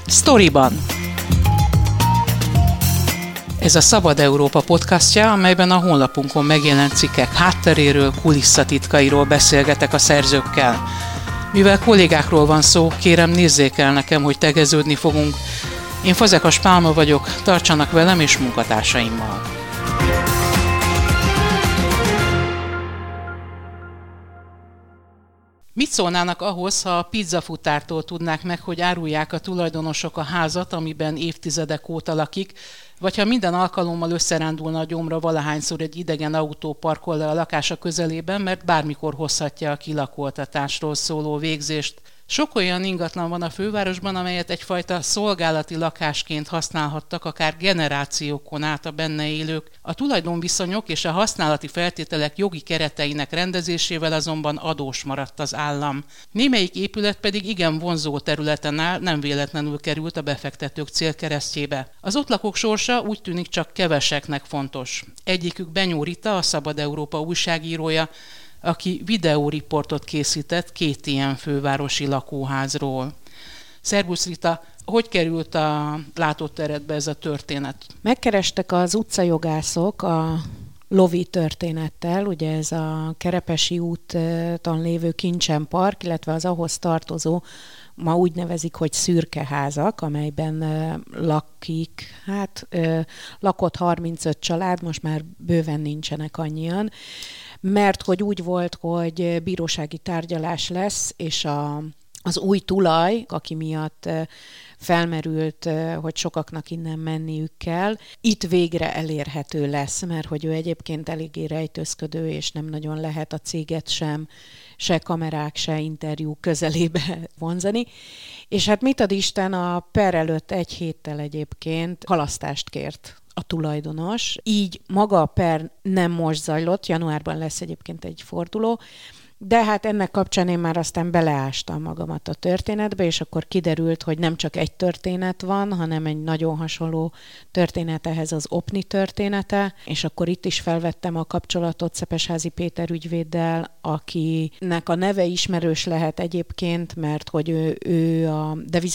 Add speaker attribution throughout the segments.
Speaker 1: Sztoriban. Ez a Szabad Európa podcastja, amelyben a honlapunkon megjelent cikkek hátteréről, kulisszatitkairól beszélgetek a szerzőkkel. Mivel kollégákról van szó, kérem nézzék el nekem, hogy tegeződni fogunk. Én Fazekas Pálma vagyok, tartsanak velem és munkatársaimmal. Mit szólnának ahhoz, ha a pizzafutártól tudnák meg, hogy árulják a tulajdonosok a házat, amiben évtizedek óta lakik, vagy ha minden alkalommal összerándulna a gyomra valahányszor egy idegen autó parkol le a lakása közelében, mert bármikor hozhatja a kilakoltatásról szóló végzést. Sok olyan ingatlan van a fővárosban, amelyet egyfajta szolgálati lakásként használhattak akár generációkon át a benne élők. A tulajdonviszonyok és a használati feltételek jogi kereteinek rendezésével azonban adós maradt az állam. Némelyik épület pedig igen vonzó területen áll, nem véletlenül került a befektetők célkeresztjébe. Az ott lakók sorsa úgy tűnik csak keveseknek fontos. Egyikük Benyó Rita, a Szabad Európa újságírója, aki videóriportot készített 2 ilyen fővárosi lakóházról. Szerbusz Rita, hogy került a látóteredbe ez a történet?
Speaker 2: Megkerestek az utcajogászok a lovi történettel, ugye ez a Kerepesi úton lévő Kincsen Park, illetve az ahhoz tartozó, ma úgy nevezik, hogy szürkeházak, amelyben lakott 35 család, most már bőven nincsenek annyian, mert hogy úgy volt, hogy bírósági tárgyalás lesz, és az új tulaj, aki miatt felmerült, hogy sokaknak innen menniük kell, itt végre elérhető lesz, mert hogy ő egyébként eléggé rejtőzködő, és nem nagyon lehet a céget se kamerák, se interjú közelébe vonzani. És hát mit ad Isten, a per előtt 1 héttel egyébként halasztást kért a tulajdonos. Így maga a per nem most zajlott, januárban lesz egyébként egy forduló, de hát ennek kapcsán én már aztán beleástam magamat a történetbe, és akkor kiderült, hogy nem csak egy történet van, hanem egy nagyon hasonló történet ehhez az Opni története, és akkor itt is felvettem a kapcsolatot Szepesházi Péter ügyvéddel, akinek a neve ismerős lehet egyébként, mert hogy ő a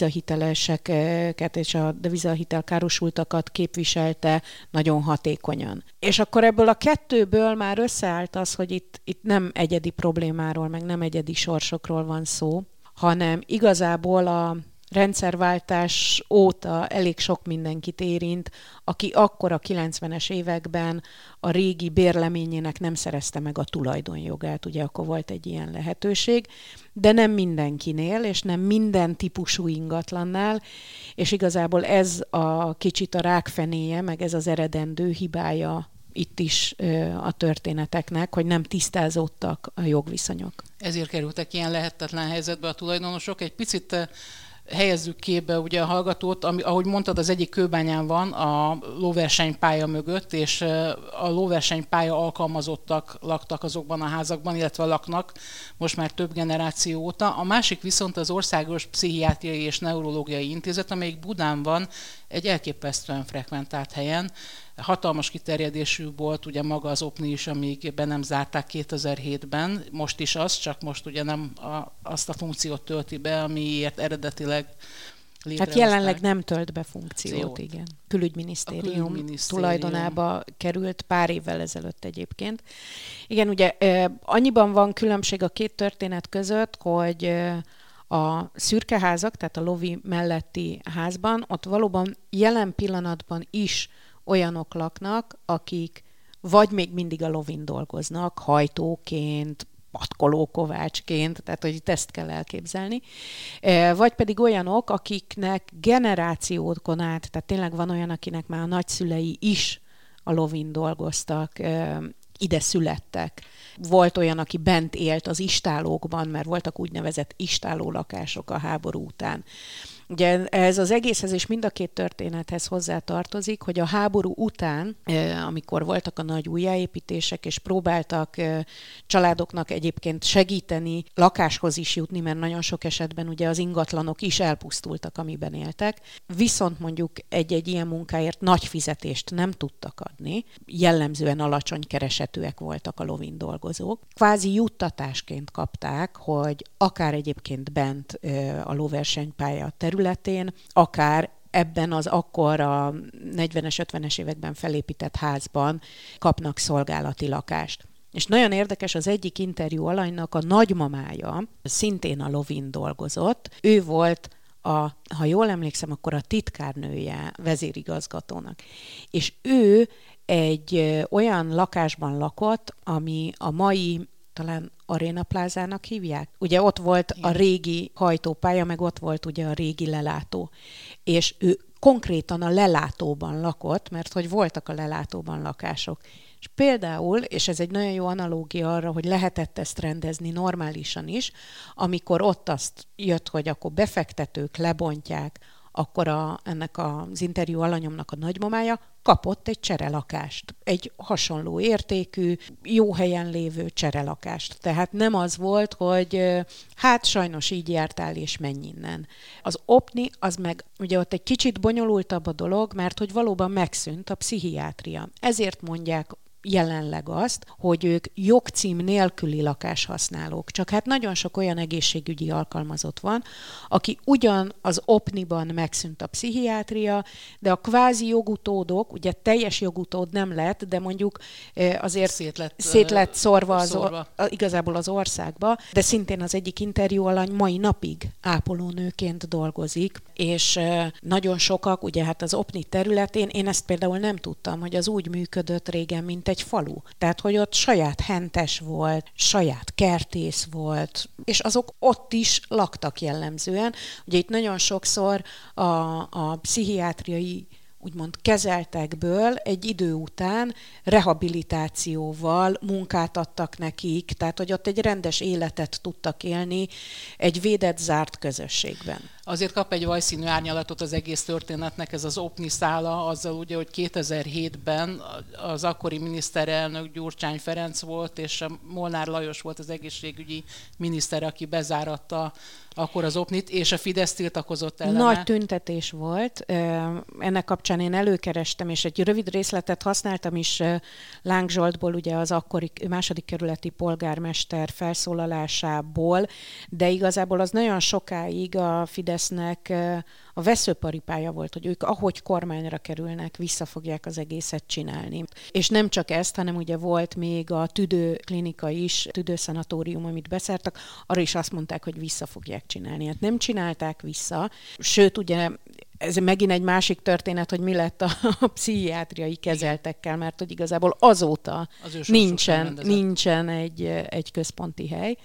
Speaker 2: devizahiteleseket és a devizahitelkárosultakat képviselte nagyon hatékonyan. És akkor ebből a 2-ből már összeállt az, hogy itt nem egyedi problémáról, meg nem egyedi sorsokról van szó, hanem igazából a rendszerváltás óta elég sok mindenkit érint, aki akkor a 90-es években a régi bérleményének nem szerezte meg a tulajdonjogát, ugye akkor volt egy ilyen lehetőség, de nem mindenkinél, és nem minden típusú ingatlannál, és igazából ez a kicsit a rákfenéje, meg ez az eredendő hibája itt is a történeteknek, hogy nem tisztázódtak a jogviszonyok.
Speaker 1: Ezért kerültek ilyen lehetetlen helyzetbe a tulajdonosok. Egy picit helyezzük képbe ugye a hallgatót, ahogy mondtad, az egyik kőbányán van a lóversenypálya mögött, és a lóversenypálya alkalmazottak laktak azokban a házakban, illetve laknak most már több generáció óta. A másik viszont az Országos Pszichiátriai és Neurológiai Intézet, amelyik Budán van, egy elképesztően frekventált helyen. Hatalmas kiterjedésű volt ugye maga az Opni is, amíg be nem zárták 2007-ben. Most is az, csak most ugye nem azt a funkciót tölti be, amiért eredetileg létrehozták.
Speaker 2: Hát jelenleg nem tölt be funkciót, igen. Külügyminisztérium tulajdonába került pár évvel ezelőtt egyébként. Igen, ugye annyiban van különbség a 2 történet között, hogy a szürkeházak, tehát a lovi melletti házban, ott valóban jelen pillanatban is olyanok laknak, akik vagy még mindig a lovin dolgoznak, hajtóként, patkolókovácsként, tehát hogy itt ezt kell elképzelni, vagy pedig olyanok, akiknek generációkon át, tehát tényleg van olyan, akinek már a nagyszülei is a lovin dolgoztak, ide születtek. Volt olyan, aki bent élt az istállókban, mert voltak úgynevezett istállólakások a háború után. Ugye ez az egészhez és mind a 2 történethez hozzátartozik, hogy a háború után, amikor voltak a nagy újjáépítések, és próbáltak családoknak egyébként segíteni lakáshoz is jutni, mert nagyon sok esetben ugye az ingatlanok is elpusztultak, amiben éltek, viszont mondjuk egy-egy ilyen munkáért nagy fizetést nem tudtak adni, jellemzően alacsony keresetűek voltak a lovin dolgozók. Kvázi juttatásként kapták, hogy akár egyébként bent a lóversenypálya területén, területén, akár ebben az akkor a 40-es, 50-es években felépített házban kapnak szolgálati lakást. És nagyon érdekes, az egyik interjú alanynak a nagymamája, szintén a Lovin dolgozott, ő volt ha jól emlékszem, akkor a titkárnője vezérigazgatónak. És ő egy olyan lakásban lakott, ami a mai, talán Arena Plázának hívják. Ugye ott volt a régi hajtópálya, meg ott volt ugye a régi lelátó. És ő konkrétan a lelátóban lakott, mert hogy voltak a lelátóban lakások. És például, és ez egy nagyon jó analógia arra, hogy lehetett ezt rendezni normálisan is, amikor ott azt jött, hogy akkor befektetők lebontják, akkor ennek az interjú alanyomnak a nagymamája kapott egy cserelakást. Egy hasonló értékű, jó helyen lévő cserelakást. Tehát nem az volt, hogy hát sajnos így jártál, és menj innen. Az OPNI, az meg ugye ott egy kicsit bonyolultabb a dolog, mert hogy valóban megszűnt a pszichiátria. Ezért mondják jelenleg azt, hogy ők jogcím nélküli lakáshasználók. Csak hát nagyon sok olyan egészségügyi alkalmazott van, aki ugyan az OPNI-ban megszűnt a pszichiátria, de a kvázi jogutódok, ugye teljes jogutód nem lett, de mondjuk azért szét lett szórva. Igazából az országba, de szintén az egyik interjú alany mai napig ápolónőként dolgozik, és nagyon sokak, ugye hát az OPNI területén, én ezt például nem tudtam, hogy az úgy működött régen, mint egy falu. Tehát, hogy ott saját hentes volt, saját kertész volt, és azok ott is laktak jellemzően. Ugye itt nagyon sokszor a pszichiátriai úgymond kezeltekből egy idő után rehabilitációval munkát adtak nekik, tehát hogy ott egy rendes életet tudtak élni egy védett, zárt közösségben.
Speaker 1: Azért kap egy vajszínű árnyalatot az egész történetnek ez az OPNI szála, azzal ugye, hogy 2007-ben az akkori miniszterelnök Gyurcsány Ferenc volt, és a Molnár Lajos volt az egészségügyi miniszter, aki bezáratta akkor az OPNI-t, és a Fidesz tiltakozott ellene.
Speaker 2: Nagy tüntetés volt. Ennek kapcsán én előkerestem, és egy rövid részletet használtam is Láng Zsoltból, ugye az akkori második kerületi polgármester felszólalásából, de igazából az nagyon sokáig a Fidesznek a veszőparipája volt, hogy ők ahogy kormányra kerülnek, vissza fogják az egészet csinálni. És nem csak ezt, hanem ugye volt még a tüdőklinika is, tüdőszanatórium, amit beszártak, arra is azt mondták, hogy vissza fogják csinálni. Hát nem csinálták vissza, sőt ugye ez megint egy másik történet, hogy mi lett a pszichiátriai kezeltekkel, mert hogy igazából azóta nincsen egy központi hely.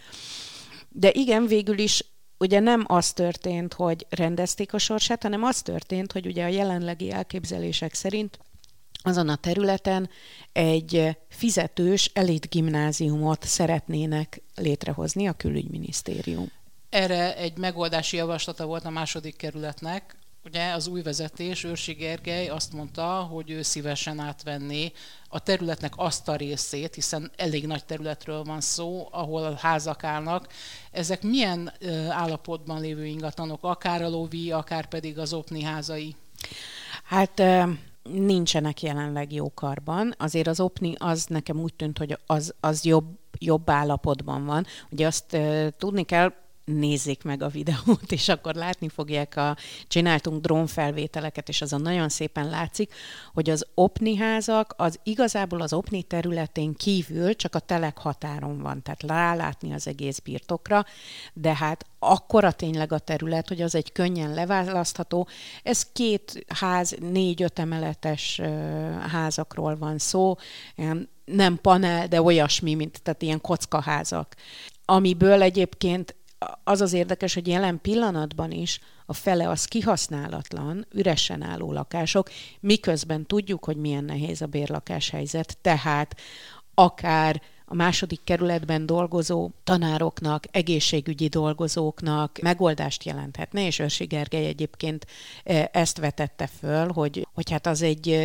Speaker 2: De igen, végül is ugye nem az történt, hogy rendezték a sorsát, hanem az történt, hogy ugye a jelenlegi elképzelések szerint azon a területen egy fizetős elitgimnáziumot szeretnének létrehozni a külügyminisztérium.
Speaker 1: Erre egy megoldási javaslata volt a második kerületnek. Ugye az új vezetés, Őrsi Gergely azt mondta, hogy ő szívesen átvenné a területnek azt a részét, hiszen elég nagy területről van szó, ahol a házak állnak. Ezek milyen állapotban lévő ingatlanok, akár a Lovi, akár pedig az OPNI házai?
Speaker 2: Hát nincsenek jelenleg jó karban. Azért az OPNI az nekem úgy tűnt, hogy az jobb állapotban van. Ugye azt tudni kell, nézzék meg a videót, és akkor látni fogják, csináltunk drónfelvételeket, és azon nagyon szépen látszik, hogy az OPNI házak, az igazából az OPNI területén kívül csak a telek határon van, tehát rálátni az egész birtokra, de hát akkora tényleg a terület, hogy az egy könnyen leválasztható. Ez 2 ház, 4-5 emeletes házakról van szó, nem panel, de olyasmi, tehát ilyen kockaházak, amiből egyébként az az érdekes, hogy jelen pillanatban is a fele az kihasználatlan, üresen álló lakások, miközben tudjuk, hogy milyen nehéz a bérlakáshelyzet, tehát akár a második kerületben dolgozó tanároknak, egészségügyi dolgozóknak megoldást jelenthetne, és Őrsi Gergely egyébként ezt vetette föl, hogy hát az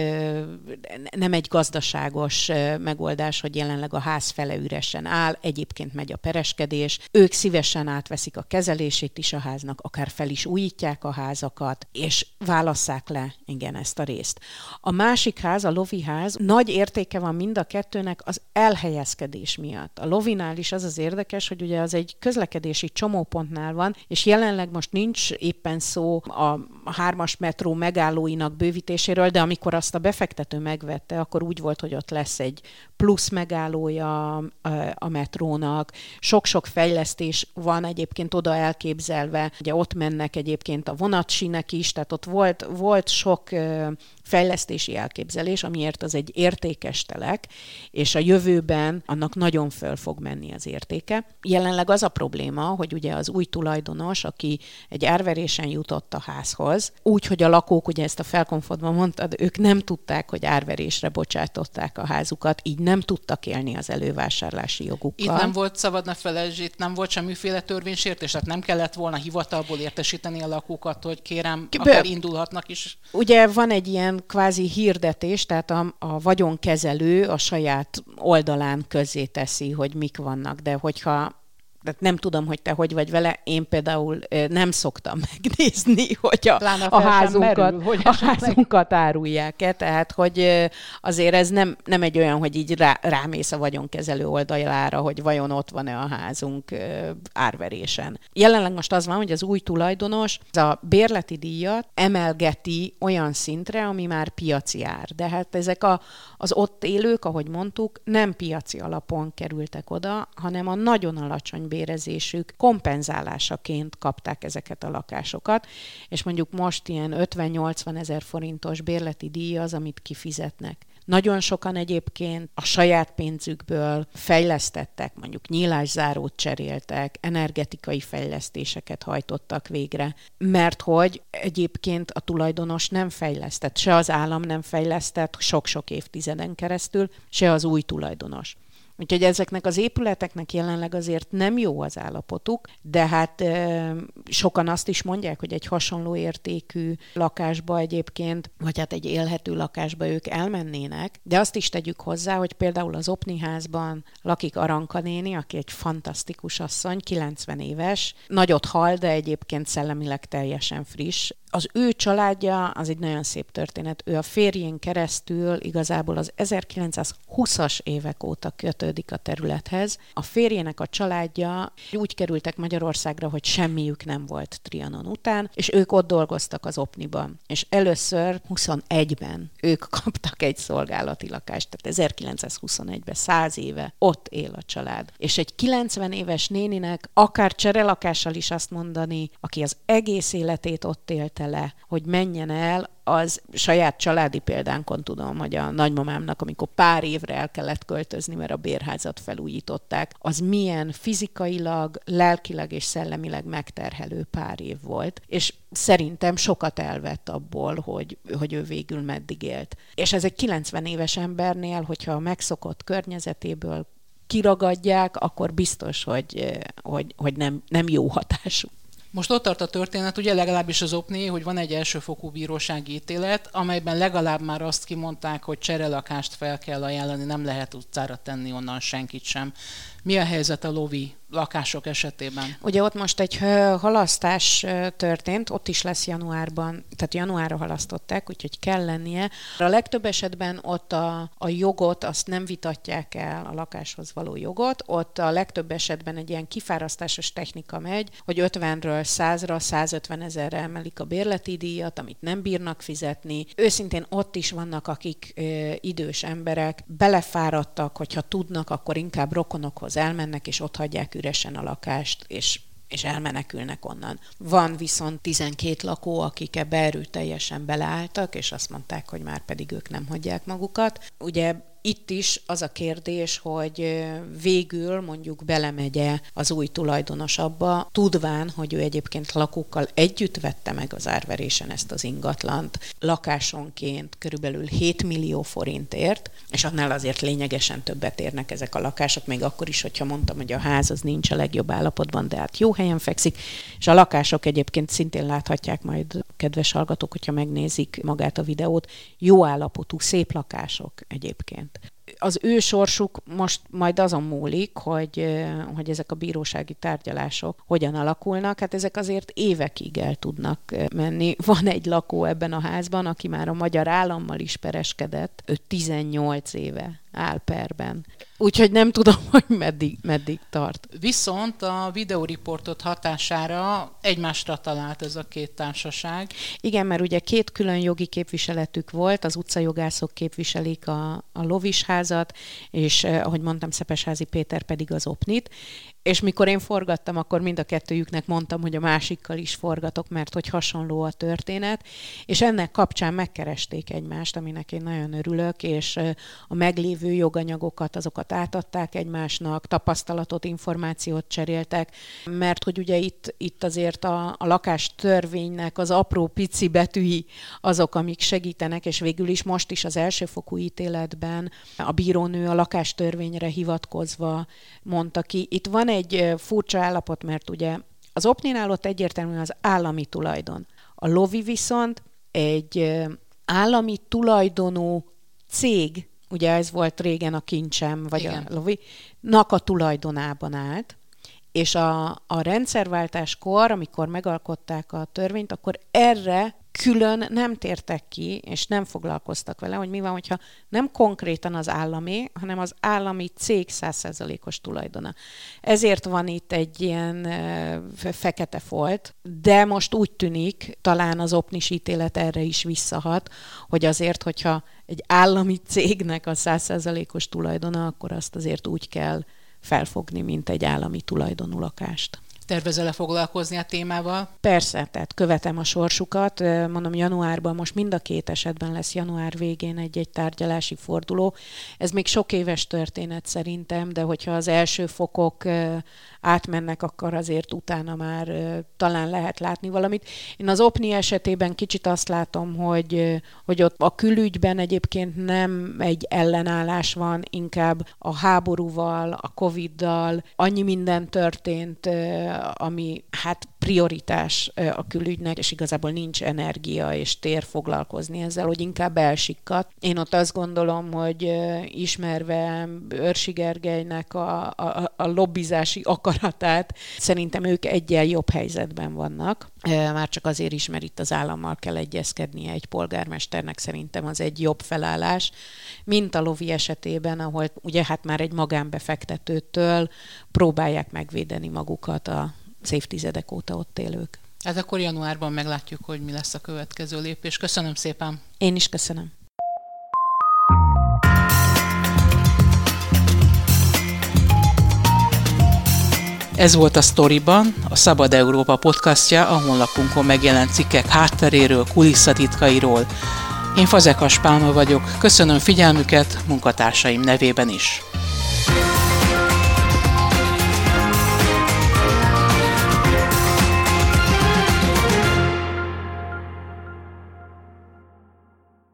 Speaker 2: nem egy gazdaságos megoldás, hogy jelenleg a ház fele üresen áll, egyébként megy a pereskedés, ők szívesen átveszik a kezelését is a háznak, akár fel is újítják a házakat, és válasszák le, igen, ezt a részt. A másik ház, a lovi ház, nagy értéke van mind a kettőnek az elhelyezkedés miatt. A lovinál is az érdekes, hogy ugye az egy közlekedési csomópontnál van, és jelenleg most nincs éppen szó a 3-as metró megállóinak bővítéséről, de amikor azt a befektető megvette, akkor úgy volt, hogy ott lesz egy plusz megállója a metrónak. Sok-sok fejlesztés van egyébként oda elképzelve. Ugye ott mennek egyébként a vonatsinek is, tehát ott volt sok fejlesztési elképzelés, amiért az egy értékes telek, és a jövőben annak nagyon föl fog menni az értéke. Jelenleg az a probléma, hogy ugye az új tulajdonos, aki egy árverésen jutott a házhoz, úgy, hogy a lakók, ugye ezt a felkonfodban mondtad, ők nem tudták, hogy árverésre bocsátották a házukat, így nem tudtak élni az elővásárlási jogukkal.
Speaker 1: Itt nem volt, szabad ne felejtsd, itt nem volt semmiféle törvénysértés, tehát nem kellett volna hivatalból értesíteni a lakókat, hogy kérem, akár indulhatnak is.
Speaker 2: Ugye van egy ilyen kvázi hirdetés, tehát a vagyonkezelő a saját oldalán közzéteszi, hogy mik vannak, de hogyha tehát nem tudom, hogy te hogy vagy vele, én például nem szoktam megnézni, hogy a házunkat árulják-e, tehát hogy azért ez nem egy olyan, hogy így rámész a vagyonkezelő oldalára, hogy vajon ott van-e a házunk árverésen. Jelenleg most az van, hogy az új tulajdonos a bérleti díjat emelgeti olyan szintre, ami már piaci ár. De hát ezek az ott élők, ahogy mondtuk, nem piaci alapon kerültek oda, hanem a nagyon alacsony bérezésük kompenzálásaként kapták ezeket a lakásokat, és mondjuk most ilyen 50-80 ezer forintos bérleti díj az, amit kifizetnek. Nagyon sokan egyébként a saját pénzükből fejlesztettek, mondjuk nyílászárót cseréltek, energetikai fejlesztéseket hajtottak végre, mert hogy egyébként a tulajdonos nem fejlesztett, se az állam nem fejlesztett sok-sok évtizeden keresztül, se az új tulajdonos. Úgyhogy ezeknek az épületeknek jelenleg azért nem jó az állapotuk, de hát sokan azt is mondják, hogy egy hasonló értékű lakásba egyébként, vagy hát egy élhető lakásba ők elmennének, de azt is tegyük hozzá, hogy például az Opni házban lakik Aranka néni, aki egy fantasztikus asszony, 90 éves, nagyot hal, de egyébként szellemileg teljesen friss. Az ő családja, az egy nagyon szép történet, ő a férjén keresztül igazából az 1920-as évek óta kötődik a területhez. A férjének a családja úgy kerültek Magyarországra, hogy semmiük nem volt Trianon után, és ők ott dolgoztak az Opniban. És először 21-ben ők kaptak egy szolgálati lakást, tehát 1921-ben, 100 éve ott él a család. És egy 90 éves néninek akár cserelakással is azt mondani, aki az egész életét ott élte le, hogy menjen el, az saját családi példánkon tudom, hogy a nagymamámnak, amikor pár évre el kellett költözni, mert a bérházat felújították, az milyen fizikailag, lelkileg és szellemileg megterhelő pár év volt, és szerintem sokat elvett abból, hogy ő végül meddig élt. És ez egy 90 éves embernél, hogyha a megszokott környezetéből kiragadják, akkor biztos, hogy nem jó hatású.
Speaker 1: Most ott tart a történet, ugye legalábbis az Opni, hogy van egy elsőfokú bírósági ítélet, amelyben legalább már azt kimondták, hogy cserelakást fel kell ajánlani, nem lehet utcára tenni onnan senkit sem. Mi a helyzet a lovi lakások esetében? Ugye
Speaker 2: ott most egy halasztás történt, ott is lesz januárban, tehát januárra halasztották, úgyhogy kell lennie. A legtöbb esetben ott a jogot, azt nem vitatják el, a lakáshoz való jogot, ott a legtöbb esetben egy ilyen kifárasztásos technika megy, hogy 50-ről 100-ra, 150 ezerre emelik a bérleti díjat, amit nem bírnak fizetni. Őszintén ott is vannak, akik idős emberek, belefáradtak, hogyha tudnak, akkor inkább rokonokhoz elmennek, és ott hagyják üresen a lakást, és elmenekülnek onnan. Van viszont 12 lakó, akik ebbe erőteljesen beleálltak, és azt mondták, hogy már pedig ők nem hagyják magukat. Ugye itt is az a kérdés, hogy végül mondjuk belemegye az új tulajdonos abba, tudván, hogy ő egyébként lakókkal együtt vette meg az árverésen ezt az ingatlant, lakásonként körülbelül 7 millió forintért, és annál azért lényegesen többet érnek ezek a lakások, még akkor is, hogyha mondtam, hogy a ház az nincs a legjobb állapotban, de hát jó helyen fekszik, és a lakások egyébként szintén láthatják majd, kedves hallgatók, hogyha megnézik magát a videót, jó állapotú, szép lakások egyébként. Az ő sorsuk most majd azon múlik, hogy ezek a bírósági tárgyalások hogyan alakulnak. Hát ezek azért évekig el tudnak menni. Van egy lakó ebben a házban, aki már a magyar állammal is pereskedett. Ő 18 éve áll perben. Úgyhogy nem tudom, hogy meddig tart.
Speaker 1: Viszont a videóriportot hatására egymásra talált ez a két társaság.
Speaker 2: Igen, mert ugye 2 külön jogi képviseletük volt, az utcajogászok képviselik a Lovis házat, és ahogy mondtam, Szepesházi Péter pedig az Opnit. És mikor én forgattam, akkor mind a kettőjüknek mondtam, hogy a másikkal is forgatok, mert hogy hasonló a történet, és ennek kapcsán megkeresték egymást, aminek én nagyon örülök, és a meglévő joganyagokat, azokat átadták egymásnak, tapasztalatot, információt cseréltek, mert hogy ugye itt azért a lakástörvénynek az apró pici betűi azok, amik segítenek, és végül is most is az elsőfokú ítéletben a bírónő a lakástörvényre hivatkozva mondta ki. Itt van egy furcsa állapot, mert ugye az Opninál ott egyértelműen az állami tulajdon. A Lovi viszont egy állami tulajdonú cég, ugye ez volt régen a Kincsem, vagy igen, a Lovi-nak a tulajdonában állt, és a rendszerváltáskor, amikor megalkották a törvényt, akkor erre külön nem tértek ki, és nem foglalkoztak vele, hogy mi van, hogyha nem konkrétan az állami, hanem az állami cég 100%-os tulajdona. Ezért van itt egy ilyen fekete folt, de most úgy tűnik, talán az Opnis ítélet erre is visszahat, hogy azért, hogyha egy állami cégnek a 100%-os tulajdona, akkor azt azért úgy kell felfogni, mint egy állami tulajdonú lakást.
Speaker 1: Tervezel-e foglalkozni a témával?
Speaker 2: Persze, tehát követem a sorsukat. Mondom, januárban, most mind a 2 esetben lesz január végén egy tárgyalási forduló. Ez még sok éves történet szerintem, de hogyha az első fokok átmennek, akkor azért utána már talán lehet látni valamit. Én az Opni esetében kicsit azt látom, hogy ott a külügyben egyébként nem egy ellenállás van, inkább a háborúval, a Coviddal, annyi minden történt, ami hát prioritás a külügynek, és igazából nincs energia és tér foglalkozni ezzel, hogy inkább elsikkadt. Én ott azt gondolom, hogy ismerve Őrsi Gergelynek a lobbizási akaratát, szerintem ők egyen jobb helyzetben vannak. Már csak azért is, mert itt az állammal kell egyezkednie egy polgármesternek, szerintem az egy jobb felállás, mint a Lovi esetében, ahol ugye hát már egy magánbefektetőtől próbálják megvédeni magukat az évtizedek óta ott élők.
Speaker 1: Hát akkor januárban meglátjuk, hogy mi lesz a következő lépés. Köszönöm szépen!
Speaker 2: Én is köszönöm!
Speaker 1: Ez volt a Sztoriban, a Szabad Európa podcastja, a honlapunkon megjelent cikkek hátteréről, kulisszatitkairól. Én Fazekas Pálma vagyok, köszönöm figyelmüket munkatársaim nevében is.